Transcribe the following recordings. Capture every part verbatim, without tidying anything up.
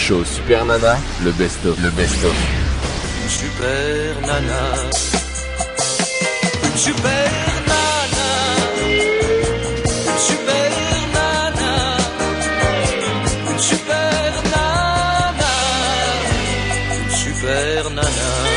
Show Super Nana, le best-of, le best-of. Une super nana, une super nana, une super nana, une super nana, une super nana.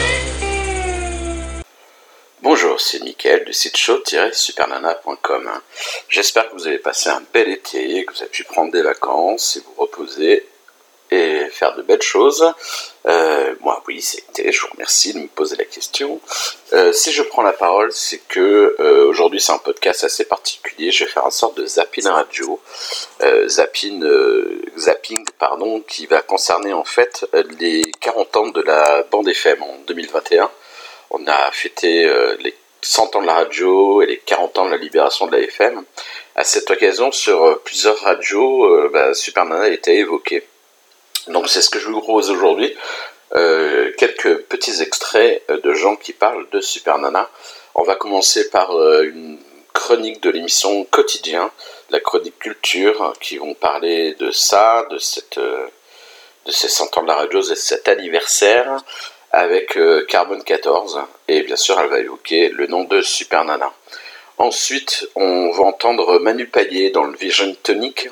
Bonjour, c'est Mickaël du site show tiret supernana point com. J'espère que vous avez passé un bel été, que vous avez pu prendre des vacances et vous reposer et faire de belles choses. Euh, moi, oui, c'est été, je vous remercie de me poser la question. Euh, si je prends la parole, c'est que euh, aujourd'hui c'est un podcast assez particulier. Je vais faire une sorte de zapping radio, euh, zapping, euh, zapping, pardon, qui va concerner en fait les quarante ans de la bande F M en deux mille vingt et un. On a fêté euh, les cent ans de la radio et les quarante ans de la libération de la F M. À cette occasion, sur euh, plusieurs radios, euh, bah, Super Nana a été évoqué. Donc c'est ce que je vous propose aujourd'hui, euh, quelques petits extraits de gens qui parlent de Super Nana. On va commencer par euh, une chronique de l'émission Quotidien, la chronique culture, qui vont parler de ça, de, cette, euh, de ces cent ans de la radio, de cet anniversaire, avec euh, Carbone quatorze, et bien sûr elle va évoquer le nom de Super Nana. Ensuite, on va entendre Manu Payet dans le Vision Tonic,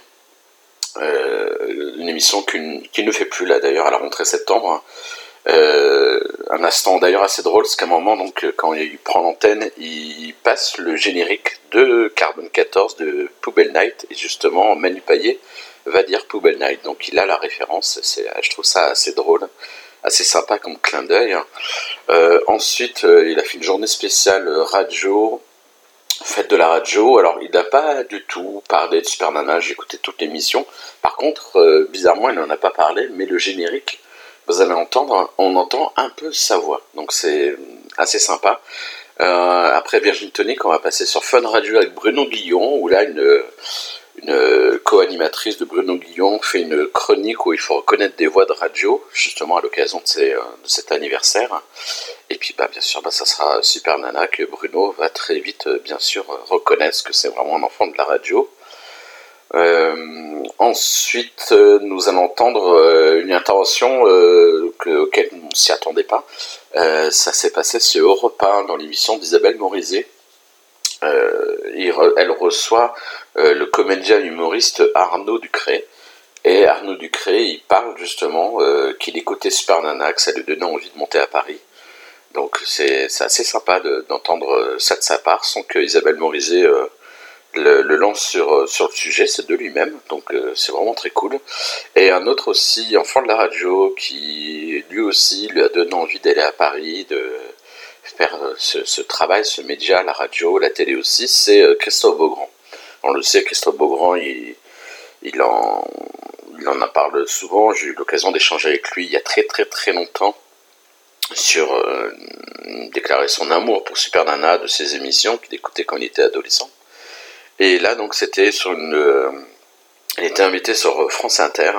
Euh, une émission qui, qui ne fait plus là d'ailleurs à la rentrée septembre. Euh, un instant d'ailleurs assez drôle, c'est qu'à un moment, donc, quand il prend l'antenne, il passe le générique de Carbone quatorze de Poubelle Night, et justement Manu Payet va dire Poubelle Night, donc il a la référence. C'est, je trouve ça assez drôle, assez sympa comme clin d'œil. Euh, ensuite, euh, il a fait une journée spéciale radio, fête de la radio. Alors il n'a pas du tout parlé de Super Nana, j'ai écouté toute l'émission. Par contre, euh, bizarrement, il n'en a pas parlé, mais le générique, vous allez entendre, on entend un peu sa voix, donc c'est assez sympa. Euh, après Virgin Tonic, on va passer sur Fun Radio avec Bruno Guillon, où là, une, une co-animatrice de Bruno Guillon fait une chronique où il faut reconnaître des voix de radio, justement à l'occasion de, ces, de cet anniversaire. Et puis, bah, bien sûr, bah, ça sera Super Nana que Bruno va très vite, bien sûr, reconnaître que c'est vraiment un enfant de la radio. Euh, ensuite, euh, nous allons entendre euh, une intervention euh, que, auquel on ne s'y attendait pas. Euh, ça s'est passé sur Europe un dans l'émission d'Isabelle Morizet. Euh, re, elle reçoit euh, le comédien humoriste Arnaud Ducré. Et Arnaud Ducré, il parle justement euh, qu'il écoutait Super Nana, que ça lui donnait envie de monter à Paris. Donc c'est, c'est assez sympa de, d'entendre ça de sa part, sans que Isabelle Morizet euh, le, le lance sur, sur le sujet, c'est de lui-même, donc euh, c'est vraiment très cool. Et un autre aussi, enfant de la radio, qui lui aussi lui a donné envie d'aller à Paris, de faire ce, ce travail, ce média, la radio, la télé aussi, c'est Christophe Beaugrand. On le sait, Christophe Beaugrand, il, il, en, il en parle souvent, j'ai eu l'occasion d'échanger avec lui il y a très très très longtemps, sur euh, déclarer son amour pour Super Nana, de ses émissions qu'il écoutait quand il était adolescent. Et là, donc, c'était sur une... Euh, elle était invitée sur France Inter,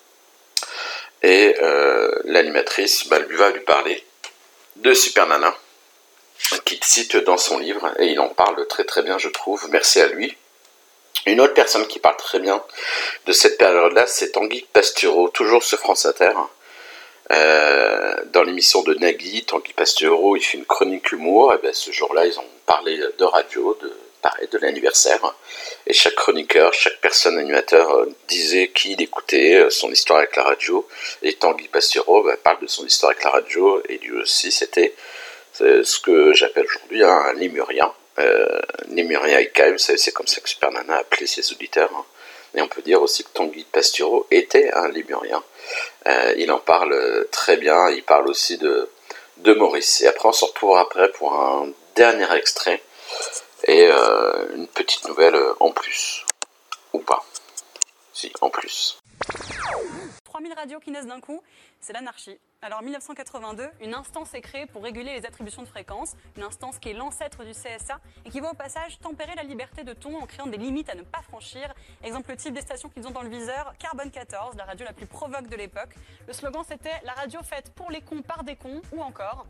et euh, l'animatrice bah, lui va lui parler de Super Nana, qu'il cite dans son livre, et il en parle très très bien, je trouve, merci à lui. Une autre personne qui parle très bien de cette période-là, c'est Tanguy Pastureau, toujours sur France Inter. Euh, dans l'émission de Nagui, Tanguy Pastureau, il fait une chronique humour, et bien ce jour-là, ils ont parlé de radio, de, pareil, de l'anniversaire, et chaque chroniqueur, chaque personne animateur euh, disait qui il écoutait, euh, son histoire avec la radio, et Tanguy Pastureau bah, parle de son histoire avec la radio, et lui aussi, c'était ce que j'appelle aujourd'hui un lémurien, euh, lémurien et calme, c'est, c'est comme ça que Super Nana a appelé ses auditeurs, hein. Et on peut dire aussi que Tanguy Pastureau était un lémurien. Euh, il en parle très bien, il parle aussi de, de Maurice. Et après, on se retrouvera après pour un dernier extrait et euh, une petite nouvelle en plus. Ou pas. Si, en plus. trois mille radios qui naissent d'un coup, c'est l'anarchie. Alors en dix-neuf cent quatre-vingt-deux, une instance est créée pour réguler les attributions de fréquences, une instance qui est l'ancêtre du C S A et qui va au passage tempérer la liberté de ton en créant des limites à ne pas franchir. Exemple type des stations qu'ils ont dans le viseur, Carbone quatorze, la radio la plus provoque de l'époque. Le slogan c'était « La radio faite pour les cons par des cons » ou encore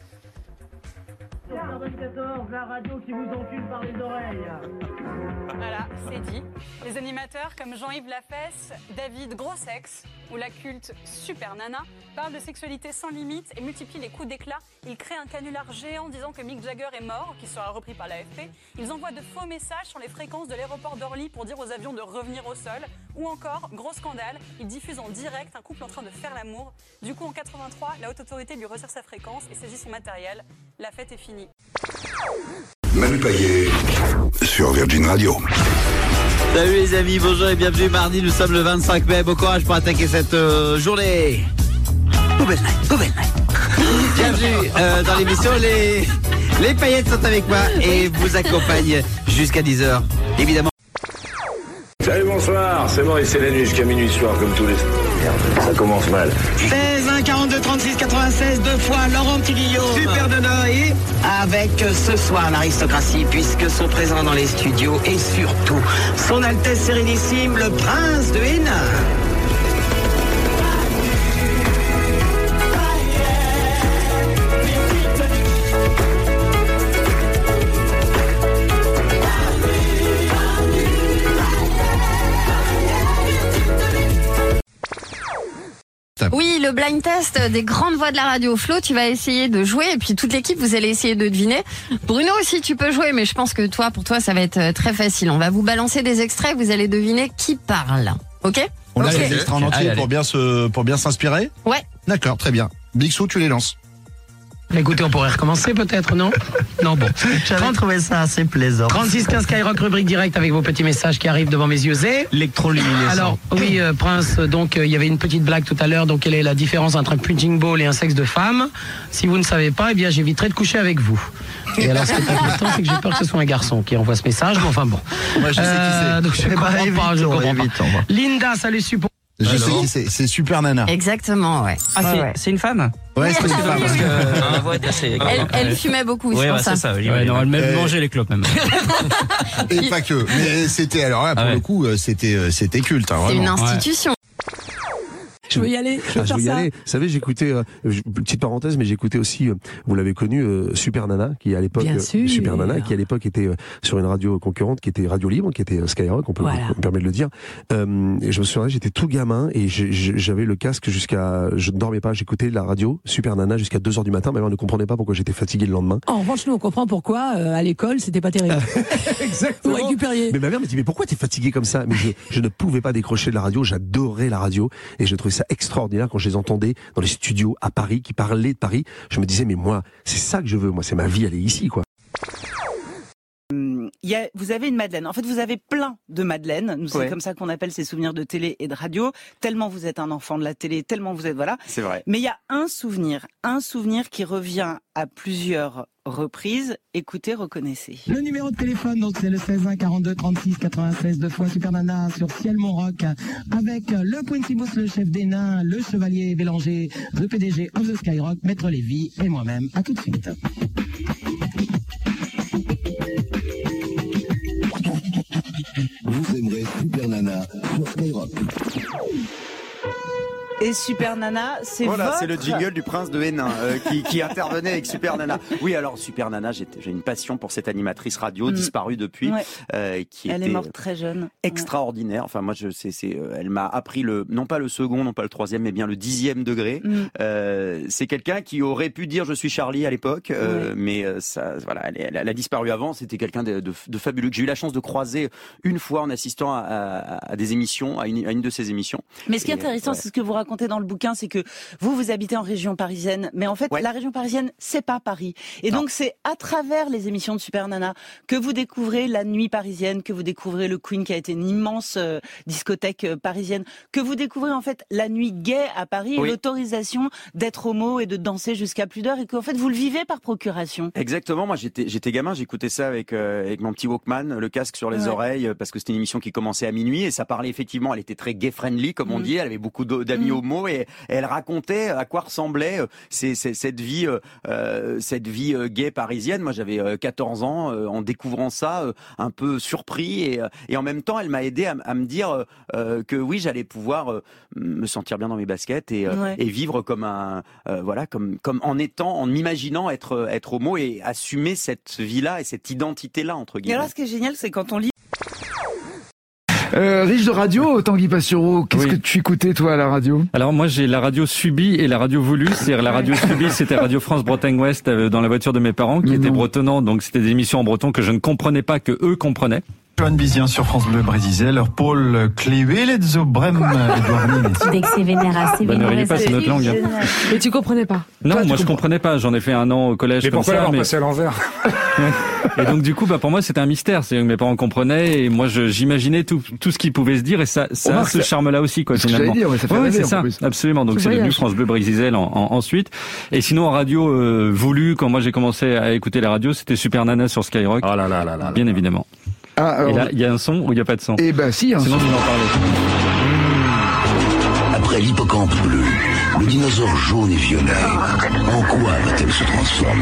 Carbone quatorze, la radio qui vous encule par les oreilles. Voilà, c'est dit. Les animateurs comme Jean-Yves Lafesse, David Grossex où la culte Super Nana parle de sexualité sans limite et multiplie les coups d'éclat. Ils créent un canular géant disant que Mick Jagger est mort, qui sera repris par l'A F P. Ils envoient de faux messages sur les fréquences de l'aéroport d'Orly pour dire aux avions de revenir au sol. Ou encore, gros scandale, ils diffusent en direct un couple en train de faire l'amour. Du coup, en quatre-vingt-trois, la haute autorité lui retire sa fréquence et saisit son matériel. La fête est finie. Manu Payet sur Virgin Radio. Salut les amis, bonjour et bienvenue mardi, nous sommes le vingt-cinq mai, bon courage pour attaquer cette euh, journée. Mauvaise night, mauvaise night. Bienvenue euh, dans l'émission, les, les paillettes sont avec moi et vous accompagnent jusqu'à dix heures, évidemment. Salut, bonsoir, c'est Maurice et la nuit jusqu'à minuit soir comme tous les... Merde, ça commence mal. seize, un, quarante-deux, trente-six, quatre-vingt-seize, deux fois Laurent Petit-Guillaume. Super Nana et avec ce soir l'aristocratie puisque sont présents dans les studios et surtout son Altesse Sérénissime, le Prince de Hénin. Oui, le blind test des grandes voix de la radio. Flo, tu vas essayer de jouer et puis toute l'équipe, vous allez essayer de deviner. Bruno aussi, tu peux jouer, mais je pense que toi, pour toi, ça va être très facile. On va vous balancer des extraits, vous allez deviner qui parle. Ok ? On a okay. les extraits en entier allez, allez. pour bien se, pour bien s'inspirer ? Ouais. D'accord, très bien. Bixou, tu les lances. Écoutez, on pourrait recommencer peut-être, non ? Non, bon. J'avais trouvé ça assez plaisant. trente-six quinze Skyrock, rubrique directe avec vos petits messages qui arrivent devant mes yeux et... L'électroluminescent. Alors, oui, euh, Prince, donc il euh, y avait une petite blague tout à l'heure, donc quelle est la différence entre un punching ball et un sexe de femme ? Si vous ne savez pas, eh bien j'éviterai de coucher avec vous. Et alors, ce qui est inquiétant, c'est que j'ai peur que ce soit un garçon qui envoie ce message, mais enfin bon. Moi, je sais euh, qui c'est. Donc je ne comprends bah, pas, je comprends pas. Évitons, Linda, salut, support. Je sais qui c'est, c'est Super Nana. Exactement, ouais. Ah, ouais, c'est, ouais. c'est une femme ? Ouais, c'est une femme. Parce que, euh, ouais, c'est, elle, elle fumait beaucoup, c'est ouais, pour ouais, ça. C'est ça, oui, ouais, non, elle même euh... mangeait les clopes même. Et pas que. Mais c'était, alors là, pour ah ouais. le coup, c'était, c'était culte. Hein, c'est vraiment. une institution. Ouais. Je veux y aller. Je veux, ah, je veux y ça. aller. Vous savez, j'écoutais, euh, petite parenthèse, mais j'écoutais aussi, euh, vous l'avez connu, euh, Super Nana, qui à l'époque, euh, Super Nana, qui à l'époque était euh, sur une radio concurrente, qui était Radio Libre, qui était euh, Skyrock, on peut, voilà. on me permet de le dire. Euh, et je me souviens, j'étais tout gamin et j'avais le casque jusqu'à, je ne dormais pas, j'écoutais la radio Super Nana jusqu'à deux heures du matin. Ma mère ne comprenait pas pourquoi j'étais fatigué le lendemain. En revanche, nous on comprend pourquoi euh, à l'école c'était pas terrible. Exactement. Vous récupériez. Mais ma mère me dit mais pourquoi t'es fatigué comme ça ? Mais je, je ne pouvais pas décrocher de la radio. J'adorais la radio et je trouvais ça extraordinaire quand je les entendais dans les studios à Paris, qui parlaient de Paris. Je me disais, mais moi, c'est ça que je veux. Moi, c'est ma vie, elle est ici, quoi. Il y a, vous avez une Madeleine. En fait, vous avez plein de Madeleines. Nous, c'est ouais. comme ça qu'on appelle ces souvenirs de télé et de radio. Tellement vous êtes un enfant de la télé, tellement vous êtes, voilà. C'est vrai. Mais il y a un souvenir, un souvenir qui revient à plusieurs reprises. Écoutez, reconnaissez. Le numéro de téléphone, donc c'est le seize un quarante-deux trente-six quatre-vingt-seize, deux fois Super Nana sur Ciel Montroc, avec le Pointibus, le chef des nains, le chevalier Bélanger, le P D G of the Skyrock, Maître Lévy et moi-même. À tout de suite. Vous aimerez Super Nana sur Skyrock. Et Super Nana, c'est voilà, votre... c'est le jingle du Prince de Hénin euh, qui, qui intervenait avec Super Nana. Oui, alors Super Nana, j'ai, j'ai une passion pour cette animatrice radio, mmh. disparue depuis, ouais. euh, qui elle était est morte très jeune, extraordinaire. Enfin, moi, je sais, c'est, euh, elle m'a appris le, non pas le second, non pas le troisième, mais bien le dixième degré. Mmh. Euh, c'est quelqu'un qui aurait pu dire je suis Charlie à l'époque, euh, ouais. mais euh, ça, voilà, elle, elle, elle a disparu avant. C'était quelqu'un de, de, de fabuleux que j'ai eu la chance de croiser une fois en assistant à, à, à des émissions, à une, à une de ses émissions. Mais ce qui est Et, intéressant, ouais. c'est ce que vous racontez dans le bouquin, c'est que vous, vous habitez en région parisienne, mais en fait, ouais. la région parisienne, c'est pas Paris. Et non. donc, c'est à travers les émissions de Super Nana que vous découvrez la nuit parisienne, que vous découvrez le Queen, qui a été une immense euh, discothèque euh, parisienne, que vous découvrez en fait la nuit gay à Paris, oui. et l'autorisation d'être homo et de danser jusqu'à plus d'heures, et qu'en fait, vous le vivez par procuration. Exactement. Moi, j'étais, j'étais gamin, j'écoutais ça avec euh, avec mon petit Walkman, le casque sur les ouais. oreilles, parce que c'était une émission qui commençait à minuit et ça parlait effectivement. Elle était très gay friendly, comme on mmh. dit. Elle avait beaucoup d'amis mmh. homo et, et elle racontait à quoi ressemblait euh, c'est, c'est, cette vie, euh, cette vie euh, gay parisienne. Moi, j'avais euh, quatorze ans euh, en découvrant ça, euh, un peu surpris et, euh, et en même temps, elle m'a aidé à, à me dire euh, que oui, j'allais pouvoir euh, me sentir bien dans mes baskets et, euh, ouais. et vivre comme un, euh, voilà, comme comme en étant, en m'imaginant être être homo et assumer cette vie-là et cette identité-là entre guillemets. Et alors, ce qui est génial, c'est quand on lit. Euh, riche de radio, Tanguy Pastureau, qu'est-ce Oui. que tu écoutais toi à la radio? Alors moi j'ai la radio subie et la radio voulue. C'est-à-dire la radio subie, c'était Radio France Bretagne Ouest euh, dans la voiture de mes parents qui Mais était non. bretonnant, donc c'était des émissions en breton que je ne comprenais pas, que eux comprenaient. Johan Bizien sur France Bleu Brésil, Paul Cléuel, Zobrem, Edouard Dès que c'est vénéra, c'est Bah, ne vénéra. riez pas, c'est notre langue. hein. Mais tu comprenais pas. Non, Toi, tu moi je comprends- comprenais pas. J'en ai fait un an au collège Mais comme pourquoi ça. l'avoir mais... passé à l'envers? Et donc du coup, bah pour moi c'était un mystère. C'est que mes parents comprenaient et moi je, j'imaginais tout, tout ce qu'ils pouvaient se dire et ça, ça a Remarque, ce ça- charme-là aussi quoi c'est ce que finalement. j'allais dire, ouais, ça fait Ouais, ouais, rêver, c'est en ça, plus. absolument. Donc Ce c'est devenu voyage. France Bleu Brésil en, en- ensuite. Et sinon en radio euh, voulu, quand moi j'ai commencé à écouter la radio, c'était Super Nana sur Skyrock. Oh là là là là. Bien évidemment. Ah, alors, Et là, il y a un son ou il n'y a pas de son? eh ben si, un Sinon, son. je vais en parler. Après l'hippocampe bleu, le dinosaure jaune et violet, en quoi va-t-elle se transformer?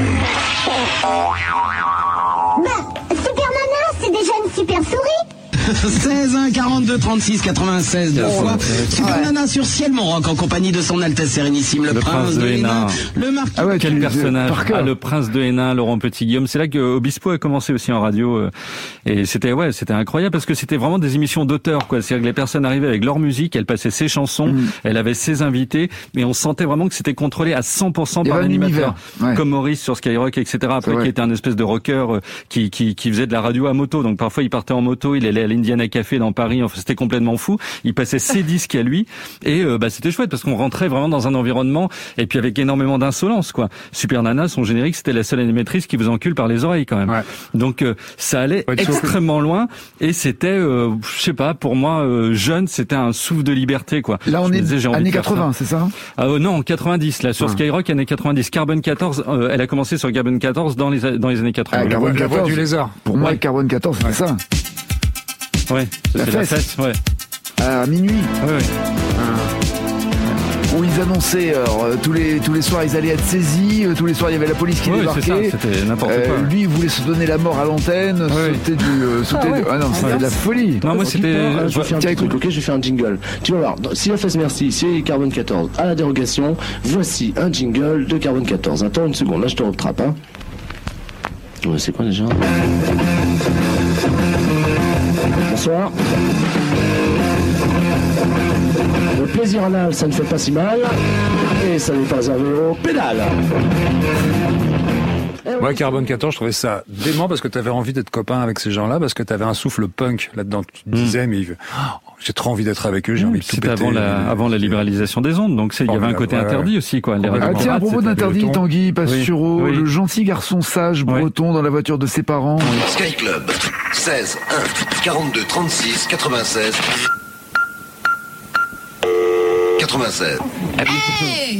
Bah, Super Nana, c'est déjà une super souris. seize un quarante-deux trente-six quatre-vingt-seize deux fois. Super Nana sur Ciel Monroc en compagnie de son Altesse Sérénissime le, Le prince de Hénin. le marquis. Ah ouais, Quel tu- personnage. par cœur. Ah, le prince de Hénin, Laurent Petit-Guillaume. C'est là que Obispo a commencé aussi en radio. euh, et c'était, ouais, c'était incroyable parce que c'était vraiment des émissions d'auteurs, quoi. C'est-à-dire que les personnes arrivaient avec leur musique, elles passaient ses chansons, Mm. elle avait ses invités, mais on sentait vraiment que c'était contrôlé à cent pour cent Il y par avait un l'animateur. univers, ouais. Comme Maurice sur Skyrock, et cetera. Après, vrai. qui était un espèce de rocker euh, qui, qui, qui faisait de la radio à moto. Donc parfois, il partait en moto, il allait à l'Indiana Café dans Paris. Enfin, c'était complètement fou. Il passait ses disques à lui. Et, euh, bah, c'était chouette parce qu'on rentrait vraiment dans un environnement et puis avec énormément d'insolence, quoi. Super Nana, son générique, c'était la seule animatrice qui vous encule par les oreilles, quand même. Ouais. Donc, euh, ça allait Ouais, tu souffles. extrêmement loin et c'était, euh, je sais pas, pour moi, euh, jeune, c'était un souffle de liberté, quoi. Là, on Je me est disais, j'ai envie années de faire ça. quatre-vingts, c'est ça? Ah, euh, non, en quatre-vingt-dix, là, sur Ah. Skyrock, années quatre-vingt-dix. Carbone quatorze, euh, elle a commencé sur Carbone quatorze dans les, dans les années quatre-vingts. Ah, La voix, Carbone la voix quatorze. du lézard. Pour moi, Ouais. Carbone quatorze, c'est Ouais. ça. Ouais, La c'était la fête. fête, ouais. À minuit. Ouais, ouais. Où ils annonçaient, alors, euh, tous les tous les soirs ils allaient être saisis, euh, tous les soirs il y avait la police qui Ouais, débarquait. c'est ça, c'était n'importe Euh, quoi. lui il voulait se donner la mort à l'antenne, Ouais. sauter du euh, sauter Ah ouais. du- ah non, c'était de la folie. Non, moi, c'était, Euh, je vais faire un Tiens, petit truc, écoute. ok, je vais faire un jingle. Tu vas voir, si la face merci, c'est Carbone quatorze à la dérogation, voici un jingle de Carbone quatorze. Attends une seconde, là je te retrape, hein. Ouais, c'est quoi déjà? Bonsoir. Le plaisir anal, ça ne fait pas si mal, et ça n'est pas réservé au pédale. Moi, Carbone quatorze, je trouvais ça dément parce que tu avais envie d'être copain avec ces gens-là, parce que tu avais un souffle punk là-dedans. Tu te disais, mais oh, j'ai trop envie d'être avec eux, j'ai envie de tout C'était péter. avant la, avant la libéralisation des ondes, donc c'est, il y avait un côté Ouais, ouais. interdit aussi, quoi. Les Ah, Ah radios tiens, à pirates, propos c'était d'interdit, le ton. Tanguy Pastureau, Oui, oui. le gentil garçon sage Ouais. breton dans la voiture de ses parents. Sky Club, seize un quarante-deux trente-six quatre-vingt-seize. quatre-vingt-seize. Hey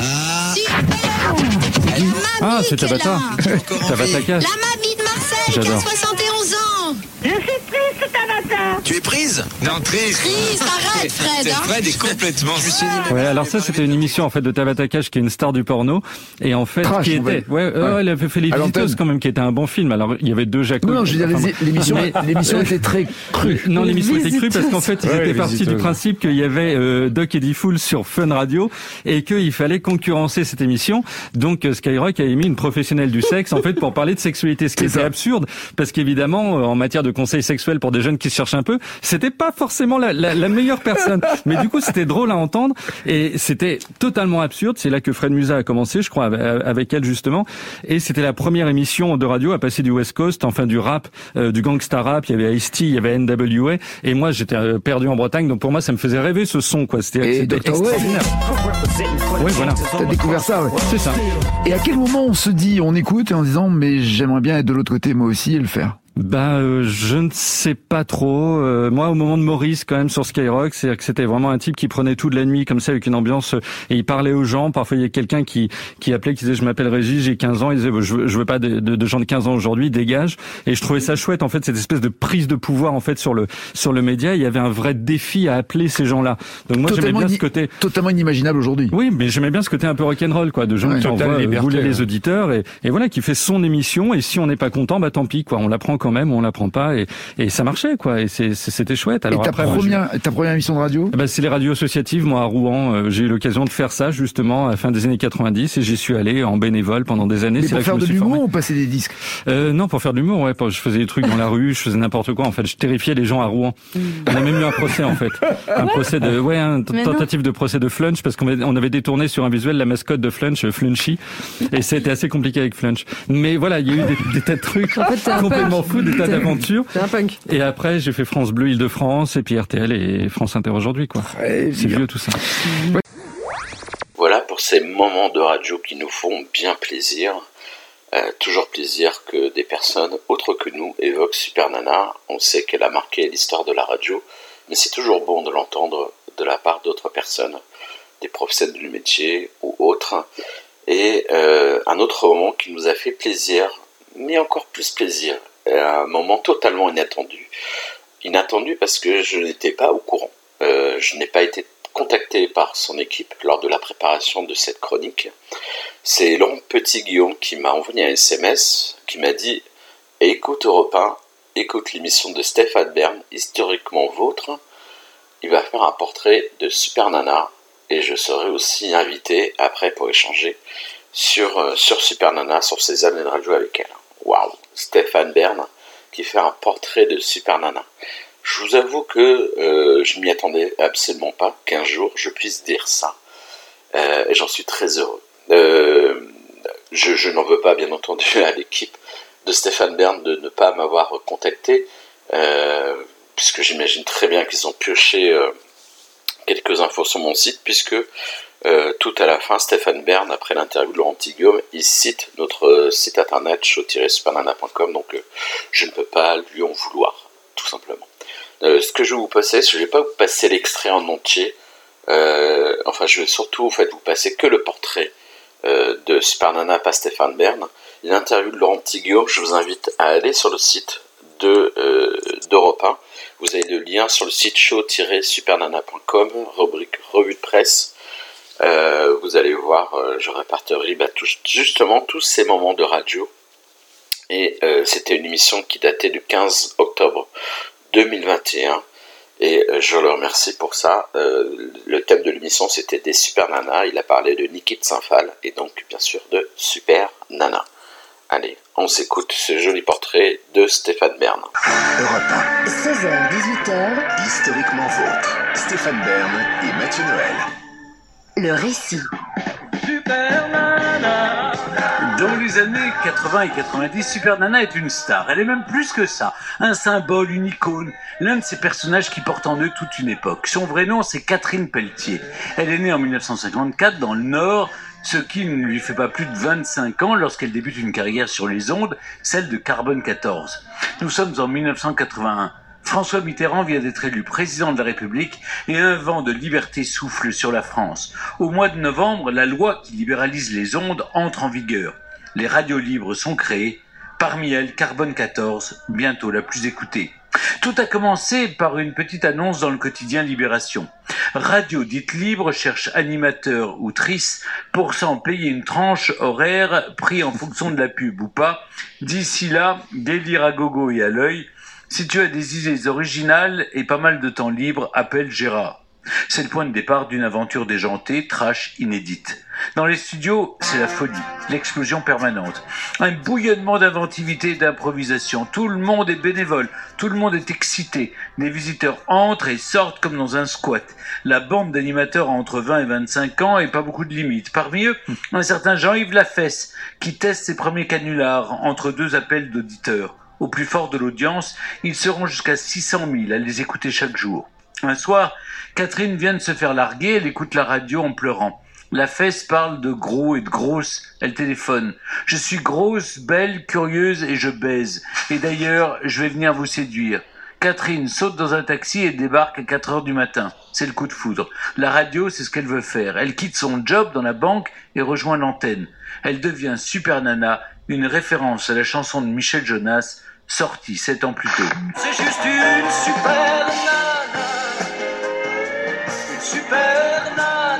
Ah, c'est Tabata. Tabata Cash. La mamie de Marseille qui a J'adore. soixante et onze ans. Je suis triste, Tabata. Tu es prise? Non, triste. Prise, arrête Fred. hein. Fred est complètement... Je me suis dit, Ouais, alors ça, c'était une émission, en fait, de Tabata Cash, qui est une star du porno. Et en fait, Trash, qui on va était, dire. ouais, euh, Ouais. elle avait fait Les À Visiteuses, l'antenne. quand même, qui était un bon film. Alors, il y avait deux Jacob. Non, non, je veux dire, Enfin, les- l'émission mais- l'émission était très crue. Non, l'émission était crue parce qu'en fait, ils Ouais, étaient les partis du Visiteuses. principe qu'il y avait euh, Doc Eddie Fool sur Fun Radio et qu'il fallait concurrencer cette émission. Donc euh, Skyrock a émis une professionnelle du sexe en fait pour parler de sexualité, ce qui était absurde parce qu'évidemment, euh, en matière de conseils sexuels pour des jeunes qui se cherchent un peu, c'était pas forcément la, la, la meilleure personne. Mais du coup, c'était drôle à entendre et c'était totalement absurde. C'est là que Fred Musa a commencé, je crois, avec, avec elle justement. Et c'était la première émission de radio à passer du West Coast, enfin du rap, euh, du gangsta rap. Il y avait Ice-T, il y avait N W A. Et moi, j'étais euh, perdu en Bretagne, donc pour moi, ça me faisait rêver ce son, quoi. C'était, Et c'était docteur Wade. extraordinaire. Ouais, voilà. T'as découvert ça, ouais. C'est ça. Et à quel moment on se dit, on écoute et en disant, mais j'aimerais bien être de l'autre côté moi aussi et le faire? Bah, euh, je ne sais pas trop. Euh, moi, au moment de Maurice, quand même, sur Skyrock, c'est-à-dire que c'était vraiment un type qui prenait tout de la nuit comme ça avec une ambiance euh, et il parlait aux gens. Parfois, il y a quelqu'un qui qui appelait, qui disait je m'appelle Régis, j'ai quinze ans. Il disait je veux, je veux pas de, de, de gens de quinze ans aujourd'hui, dégage. Et je trouvais ça chouette en fait, cette espèce de prise de pouvoir en fait sur le sur le média. Il y avait un vrai défi à appeler ces gens-là. Donc moi, j'aimais bien ini- ce côté totalement inimaginable aujourd'hui. Oui, mais j'aimais bien ce côté un peu rock'n'roll, quoi, de gens Ouais. qui Totale envoient euh, liberté, bouler les ouais. auditeurs et, et voilà, qui fait son émission. Et si on n'est pas content, bah tant pis, quoi. On la prend quand même, on l'apprend pas, et, et ça marchait, quoi, et c'est, c'était chouette. Alors et ta, après, première, moi, je... ta première émission de radio? Bah, c'est les radios associatives. Moi, à Rouen, euh, j'ai eu l'occasion de faire ça, justement, à la fin des années quatre-vingt-dix, et j'y suis allé en bénévole pendant des années. Mais c'est pour là faire que je de me suis l'humour formé. ou passer des disques? euh, Non, pour faire de l'humour, ouais. Je faisais des trucs dans la rue, je faisais n'importe quoi, en fait. Je terrifiais les gens à Rouen. On a même eu un procès, en fait. Un procès de, ouais, un t- tentative de procès de Flunch, parce qu'on avait, on avait détourné sur un visuel la mascotte de Flunch, Flunchy, et c'était assez compliqué avec Flunch. Mais voilà, il y a eu des, des tas de trucs en fait, complètement fous, des tas d'aventures. C'est un punk. Et après, j'ai fait France Bleu Île-de-France, et puis R T L et France Inter aujourd'hui, quoi. Très c'est bien. vieux tout ça. Ouais. Voilà pour ces moments de radio qui nous font bien plaisir. Euh, toujours plaisir que des personnes autres que nous évoquent Super Nana. On sait qu'elle a marqué l'histoire de la radio, mais c'est toujours bon de l'entendre de la part d'autres personnes, des professionnels du métier ou autres. Et euh, un autre moment qui nous a fait plaisir, mais encore plus plaisir, un moment totalement inattendu. Inattendu parce que je n'étais pas au courant. Euh, je n'ai pas été contacté par son équipe lors de la préparation de cette chronique. C'est Laurent Petit-Guillaume qui m'a envoyé un S M S, qui m'a dit « Écoute Europe un, écoute l'émission de Stéphane Bern, historiquement vôtre. Il va faire un portrait de Super Nana et je serai aussi invité après pour échanger sur, euh, sur Super Nana, sur ses années de radio avec elle. » Waouh, Stéphane Bern qui fait un portrait de Super Nana. Je vous avoue que euh, je m'y attendais absolument pas qu'un jour je puisse dire ça. Euh, et j'en suis très heureux. Euh, je, je n'en veux pas, bien entendu, à l'équipe de Stéphane Bern de ne pas m'avoir contacté, euh, puisque j'imagine très bien qu'ils ont pioché euh, quelques infos sur mon site, puisque euh, tout à la fin, Stéphane Bern, après l'interview de Laurent Petit-Guillaume, il cite notre site internet show tiret supernana point com, donc euh, je ne peux pas lui en vouloir, tout simplement. Euh, ce que je vais vous passer, je ne vais pas vous passer l'extrait en entier, euh, enfin je vais surtout en fait, vous passer que le portrait euh, de Super Nana par Stéphane Bern. L'interview de Laurent Petit-Guillaume, je vous invite à aller sur le site de, euh, d'Europe un. Vous avez le lien sur le site show tiret supernana point com, rubrique revue de presse. Euh, vous allez voir, euh, je répertorie bah, tout, justement tous ces moments de radio. Et euh, c'était une émission qui datait du quinze octobre deux mille vingt et un. Et euh, je le remercie pour ça. Euh, le thème de l'émission, c'était des Super Nana. Il a parlé de Niki de Saint-Phal et donc bien sûr de Super Nana. Allez, on s'écoute ce joli portrait de Stéphane Bern. Europe un. seize heures dix-huit heures. Historiquement vôtre. Stéphane Bern et Mathieu Noël. Le récit. Super Nana. Dans les années quatre-vingts et quatre-vingt-dix, Super Nana est une star. Elle est même plus que ça. Un symbole, une icône. L'un de ces personnages qui porte en eux toute une époque. Son vrai nom, c'est Catherine Pelletier. Elle est née en mille neuf cent cinquante-quatre dans le Nord, ce qui ne lui fait pas plus de vingt-cinq ans lorsqu'elle débute une carrière sur les ondes, celle de Carbone quatorze. Nous sommes en mille neuf cent quatre-vingt-un. François Mitterrand vient d'être élu président de la République et un vent de liberté souffle sur la France. Au mois de novembre, la loi qui libéralise les ondes entre en vigueur. Les radios libres sont créées, parmi elles Carbone quatorze, bientôt la plus écoutée. Tout a commencé par une petite annonce dans le quotidien Libération. Radio dite libre cherche animateur ou trice pour s'en payer une tranche horaire pris en fonction de la pub ou pas. D'ici là, délire à gogo et à l'œil. Si tu as des idées originales et pas mal de temps libre, appelle Gérard. C'est le point de départ d'une aventure déjantée, trash, inédite. Dans les studios, c'est la folie, l'explosion permanente. Un bouillonnement d'inventivité et d'improvisation. Tout le monde est bénévole, tout le monde est excité. Les visiteurs entrent et sortent comme dans un squat. La bande d'animateurs a entre vingt et vingt-cinq ans et pas beaucoup de limites. Parmi eux, un certain Jean-Yves Lafesse, qui teste ses premiers canulars entre deux appels d'auditeurs. Au plus fort de l'audience, ils seront jusqu'à six cent mille à les écouter chaque jour. Un soir, Catherine vient de se faire larguer, elle écoute la radio en pleurant. La fesse parle de gros et de grosse, elle téléphone. Je suis grosse, belle, curieuse et je baise. Et d'ailleurs, je vais venir vous séduire. Catherine saute dans un taxi et débarque à quatre heures du matin. C'est le coup de foudre. La radio, c'est ce qu'elle veut faire. Elle quitte son job dans la banque et rejoint l'antenne. Elle devient Super Nana, une référence à la chanson de Michel Jonas, sortie sept ans plus tôt. C'est juste une super nana, une super nana.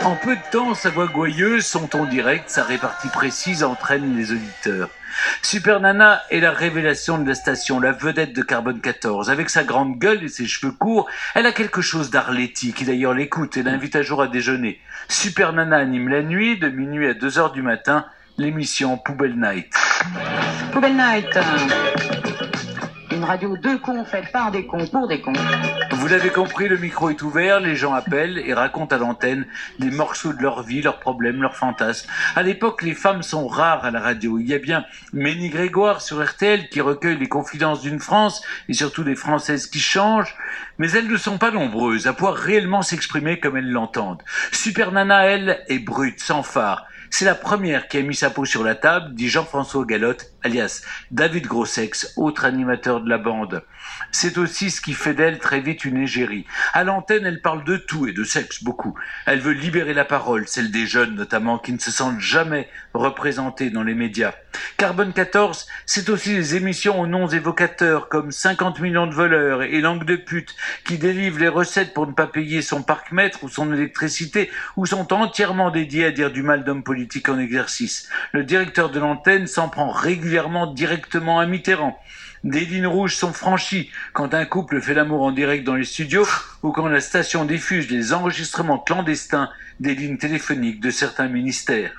En peu de temps, sa voix gouailleuse, son ton direct, sa répartie précise entraînent les auditeurs. Super Nana est la révélation de la station, la vedette de Carbone quatorze. Avec sa grande gueule et ses cheveux courts, elle a quelque chose d'Arletty, qui d'ailleurs l'écoute et l'invite un jour à déjeuner. Super Nana anime la nuit, de minuit à deux heures du matin, l'émission Poubelle Night. Poubelle Night, une radio de cons faite par des cons pour des cons. Vous l'avez compris, le micro est ouvert, les gens appellent et racontent à l'antenne des morceaux de leur vie, leurs problèmes, leurs fantasmes. À l'époque, les femmes sont rares à la radio. Il y a bien Ménie Grégoire sur R T L qui recueille les confidences d'une France et surtout des Françaises qui changent, mais elles ne sont pas nombreuses à pouvoir réellement s'exprimer comme elles l'entendent. Super Nana, elle, est brute, sans phare. C'est la première qui a mis sa peau sur la table, dit Jean-François Galotte, alias David Grossex, autre animateur de la bande. C'est aussi ce qui fait d'elle très vite une égérie. À l'antenne, elle parle de tout et de sexe, beaucoup. Elle veut libérer la parole, celle des jeunes notamment, qui ne se sentent jamais représentés dans les médias. Carbone quatorze, c'est aussi des émissions aux noms évocateurs, comme cinquante millions de voleurs et Langue de pute, qui délivrent les recettes pour ne pas payer son parc-mètre ou son électricité, ou sont entièrement dédiées à dire du mal d'hommes politiques en exercice. Le directeur de l'antenne s'en prend régulièrement directement à Mitterrand. Des lignes rouges sont franchies quand un couple fait l'amour en direct dans les studios ou quand la station diffuse les enregistrements clandestins des lignes téléphoniques de certains ministères.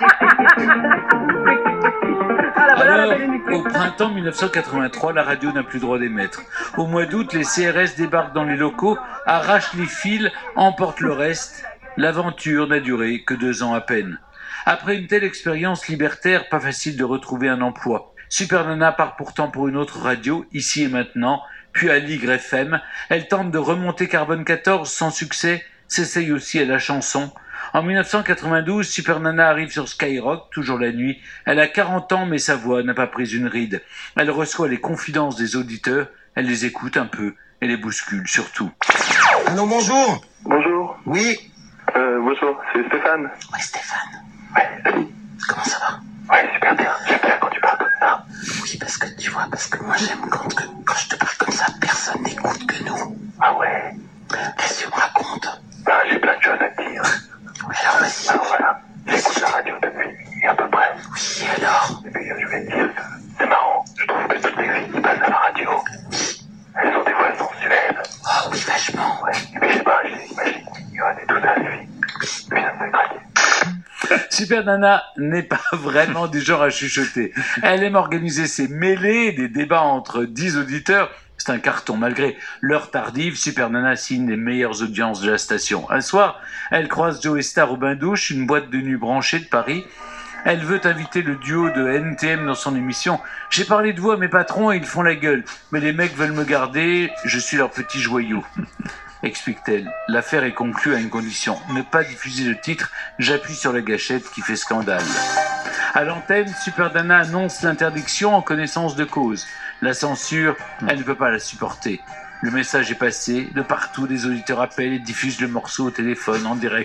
Alors, au printemps dix-neuf cent quatre-vingt-trois, la radio n'a plus droit d'émettre. Au mois d'août, les C R S débarquent dans les locaux, arrachent les fils, emportent le reste. L'aventure n'a duré que deux ans à peine. Après une telle expérience libertaire, pas facile de retrouver un emploi. Super Nana part pourtant pour une autre radio, Ici et Maintenant, puis à Ligre F M. Elle tente de remonter Carbone quatorze sans succès, s'essaye aussi à la chanson. En dix-neuf cent quatre-vingt-douze, Super Nana arrive sur Skyrock, toujours la nuit. Elle a quarante ans, mais sa voix n'a pas pris une ride. Elle reçoit les confidences des auditeurs, elle les écoute un peu, et les bouscule surtout. Allô, bonjour. Bonjour. Oui. Euh, bonjour, c'est Stéphane. Ouais, Stéphane. Ouais, salut. Comment ça va? Ouais, super bien. J'aime bien quand tu parles comme ça. Oui, parce que tu vois, parce que moi j'aime quand, que, quand je te parle comme ça, personne n'écoute que nous. Ah ouais. Qu'est-ce que tu me racontes? Ben, j'ai plein de choses à te dire. Oui, alors vas-y. Alors voilà, j'écoute la radio depuis à peu près. Oui, alors? Et puis je vais te dire, c'est marrant. Je trouve que toutes les filles qui passent à la radio, elles ont des voix sensuelles. Oh oui, vachement. Ouais. Et puis je sais pas, j'imagine qu'il y aura des tout ça, les filles. Et puis ça me fait craquer. Super Nana n'est pas vraiment du genre à chuchoter. Elle aime organiser ses mêlées, des débats entre dix auditeurs. C'est un carton. Malgré l'heure tardive, Super Nana signe les meilleures audiences de la station. Un soir, elle croise Joe Star au bain-douche, une boîte de nuit branchée de Paris. Elle veut inviter le duo de N T M dans son émission. J'ai parlé de vous à mes patrons et ils font la gueule. Mais les mecs veulent me garder, je suis leur petit joyau. Explique-t-elle. L'affaire est conclue à une condition. Ne pas diffuser le titre, j'appuie sur la gâchette qui fait scandale. À l'antenne, Super Nana annonce l'interdiction en connaissance de cause. La censure, elle ne peut pas la supporter. Le message est passé, de partout les auditeurs appellent et diffusent le morceau au téléphone en direct.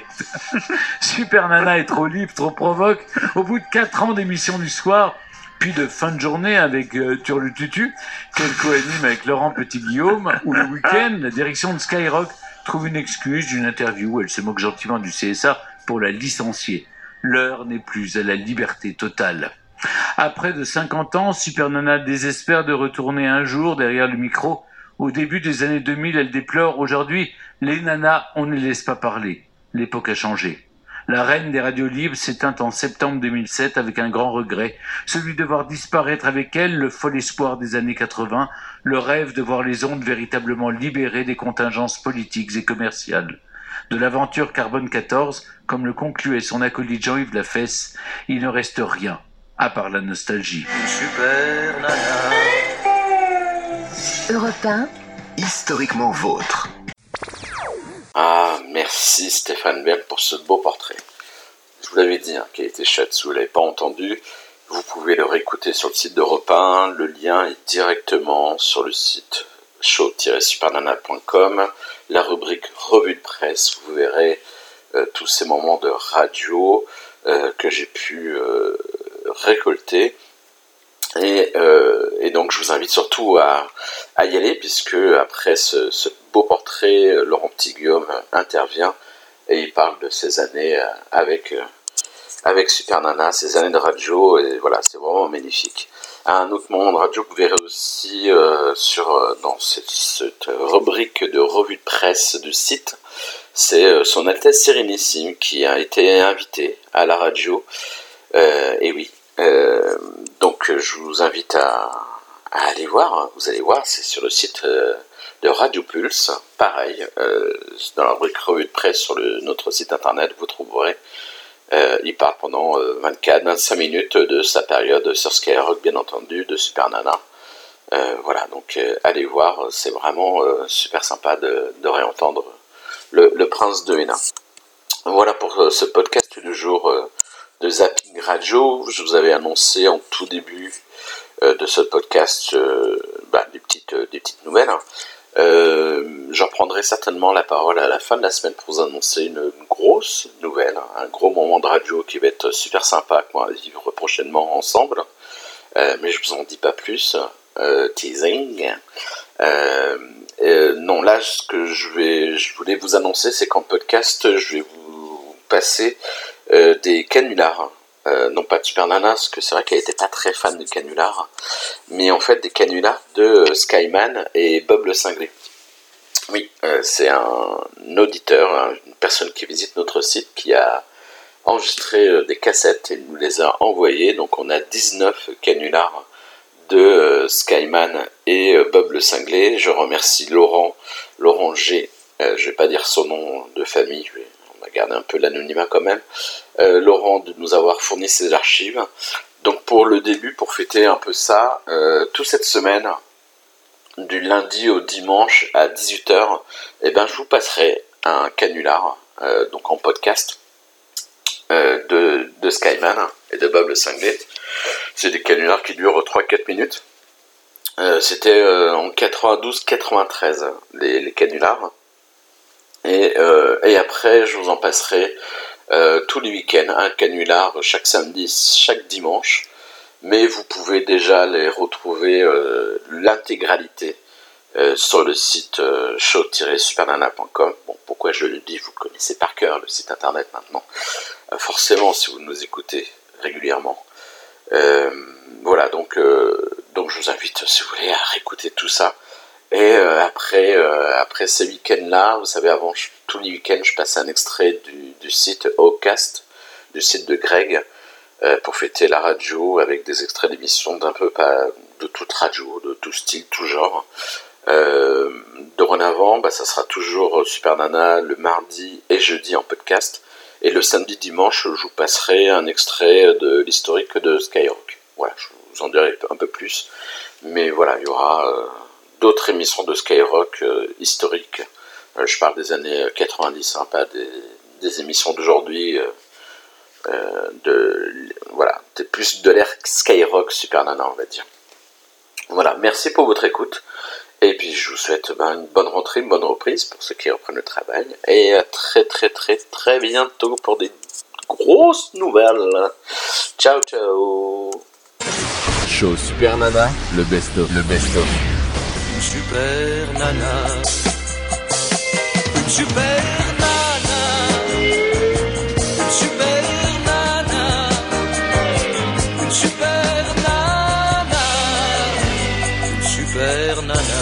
Super Nana est trop libre, trop provoque. Au bout de quatre ans d'émission du soir, puis de fin de journée avec euh, Turlututu, qu'elle co-anime avec Laurent Petit-Guillaume, ou le week-end, la direction de Skyrock trouve une excuse d'une interview. Elle se moque gentiment du C S A pour la licencier. L'heure n'est plus à la liberté totale. Après de cinquante ans, Super Nana désespère de retourner un jour derrière le micro. Au début des années deux mille, elle déplore aujourd'hui « Les nanas, on ne les laisse pas parler. L'époque a changé. » La reine des radios libres s'éteint en septembre deux mille sept avec un grand regret, celui de voir disparaître avec elle le fol espoir des années quatre-vingts, le rêve de voir les ondes véritablement libérées des contingences politiques et commerciales. De l'aventure Carbone quatorze, comme le concluait son acolyte Jean-Yves Lafesse, il ne reste rien, à part la nostalgie. Super Nana. Europe un, historiquement vôtre. Ah, merci Stéphane Bell pour ce beau portrait. Je vous l'avais dit, hein, qu'il était chouette, si vous ne l'avez pas entendu, vous pouvez le réécouter sur le site d'Europe un, le lien est directement sur le site show tiret supernana point com, la rubrique revue de presse, vous verrez euh, tous ces moments de radio euh, que j'ai pu euh, récolter. Et, euh, et donc je vous invite surtout à, à y aller, puisque après ce, ce beau portrait, Laurent Petit-Guillaume intervient et il parle de ses années euh, avec euh, avec Super Nana, ses années de radio, et voilà, c'est vraiment magnifique. Un autre moment de radio que vous verrez aussi euh, sur euh, dans cette, cette rubrique de revue de presse du site, c'est euh, Son Altesse Sérénissime qui a été invité à la radio. Euh, et oui, euh, donc je vous invite à, à aller voir. Vous allez voir, c'est sur le site euh, de Radio Pulse. Pareil, euh, dans la rubrique revue de presse sur le, notre site internet, vous trouverez. Euh, il parle pendant euh, vingt-quatre à vingt-cinq minutes de sa période sur Skyrock, bien entendu, de Super Nana. Euh, voilà, donc euh, allez voir, c'est vraiment euh, super sympa de, de réentendre le, le Prince de Hénin. Voilà pour euh, ce podcast du jour euh, de Zapping Radio. Je vous avais annoncé en tout début euh, de ce podcast euh, bah, des, petites, euh, des petites nouvelles. Hein. Euh, j'en prendrai certainement la parole à la fin de la semaine pour vous annoncer une, une grosse nouvelle, un gros moment de radio qui va être super sympa qu'on va vivre prochainement ensemble, euh, mais je vous en dis pas plus, euh, teasing. Euh, euh, non, là ce que je vais, je voulais vous annoncer, c'est qu'en podcast je vais vous passer euh, des canulars. Euh, non pas de Super Nana, parce que c'est vrai qu'elle n'était pas très fan de canulars, mais en fait des canulars de euh, Skyman et Bob le Cinglé. Oui, euh, c'est un auditeur, hein, une personne qui visite notre site, qui a enregistré euh, des cassettes et nous les a envoyées. Donc on a dix-neuf canulars de euh, Skyman et euh, Bob le Cinglé. Je remercie Laurent, Laurent G, euh, je ne vais pas dire son nom de famille, je vais garder un peu l'anonymat quand même, euh, Laurent de nous avoir fourni ses archives. Donc pour le début, pour fêter un peu ça, euh, toute cette semaine, du lundi au dimanche à dix-huit heures, eh ben, je vous passerai un canular, euh, donc en podcast, euh, de, de Skyman et de Bob le Cinglé. C'est des canulars qui durent trois à quatre minutes. Euh, c'était euh, en quatre-vingt-douze quatre-vingt-treize, les, les canulars. Et, euh, et après, je vous en passerai euh, tous les week-ends, un canular chaque samedi, chaque dimanche. Mais vous pouvez déjà les retrouver euh, l'intégralité euh, sur le site euh, show tiret supernana point com. Bon, pourquoi je le dis, vous le connaissez par cœur, le site internet maintenant. Euh, forcément, si vous nous écoutez régulièrement. Euh, voilà, donc, euh, donc je vous invite, si vous voulez, à réécouter tout ça. Et euh, après, euh, après ces week-ends-là, vous savez, avant, je, tous les week-ends, je passe un extrait du, du site Ocast, du site de Greg, euh, pour fêter la radio avec des extraits d'émissions d'un peu pas de toute radio, de tout style, tout genre. Euh, dorénavant, bah, ça sera toujours Super Nana le mardi et jeudi en podcast. Et le samedi, dimanche, je vous passerai un extrait de l'historique de Skyrock. Voilà, je vous en dirai un peu plus. Mais voilà, il y aura... Euh, d'autres émissions de Skyrock euh, historiques. Euh, je parle des années quatre-vingt-dix, hein, pas des, des émissions d'aujourd'hui. Euh, euh, de, voilà, c'est plus de l'ère Skyrock Super Nana, on va dire. Voilà, merci pour votre écoute. Et puis je vous souhaite ben, une bonne rentrée, une bonne reprise pour ceux qui reprennent le travail. Et à très très très très bientôt pour des grosses nouvelles. Ciao ciao. Show Super Nana, le best-of, le best-of. Super Nana, Super Nana, Super Nana, Super Nana, Super Nana.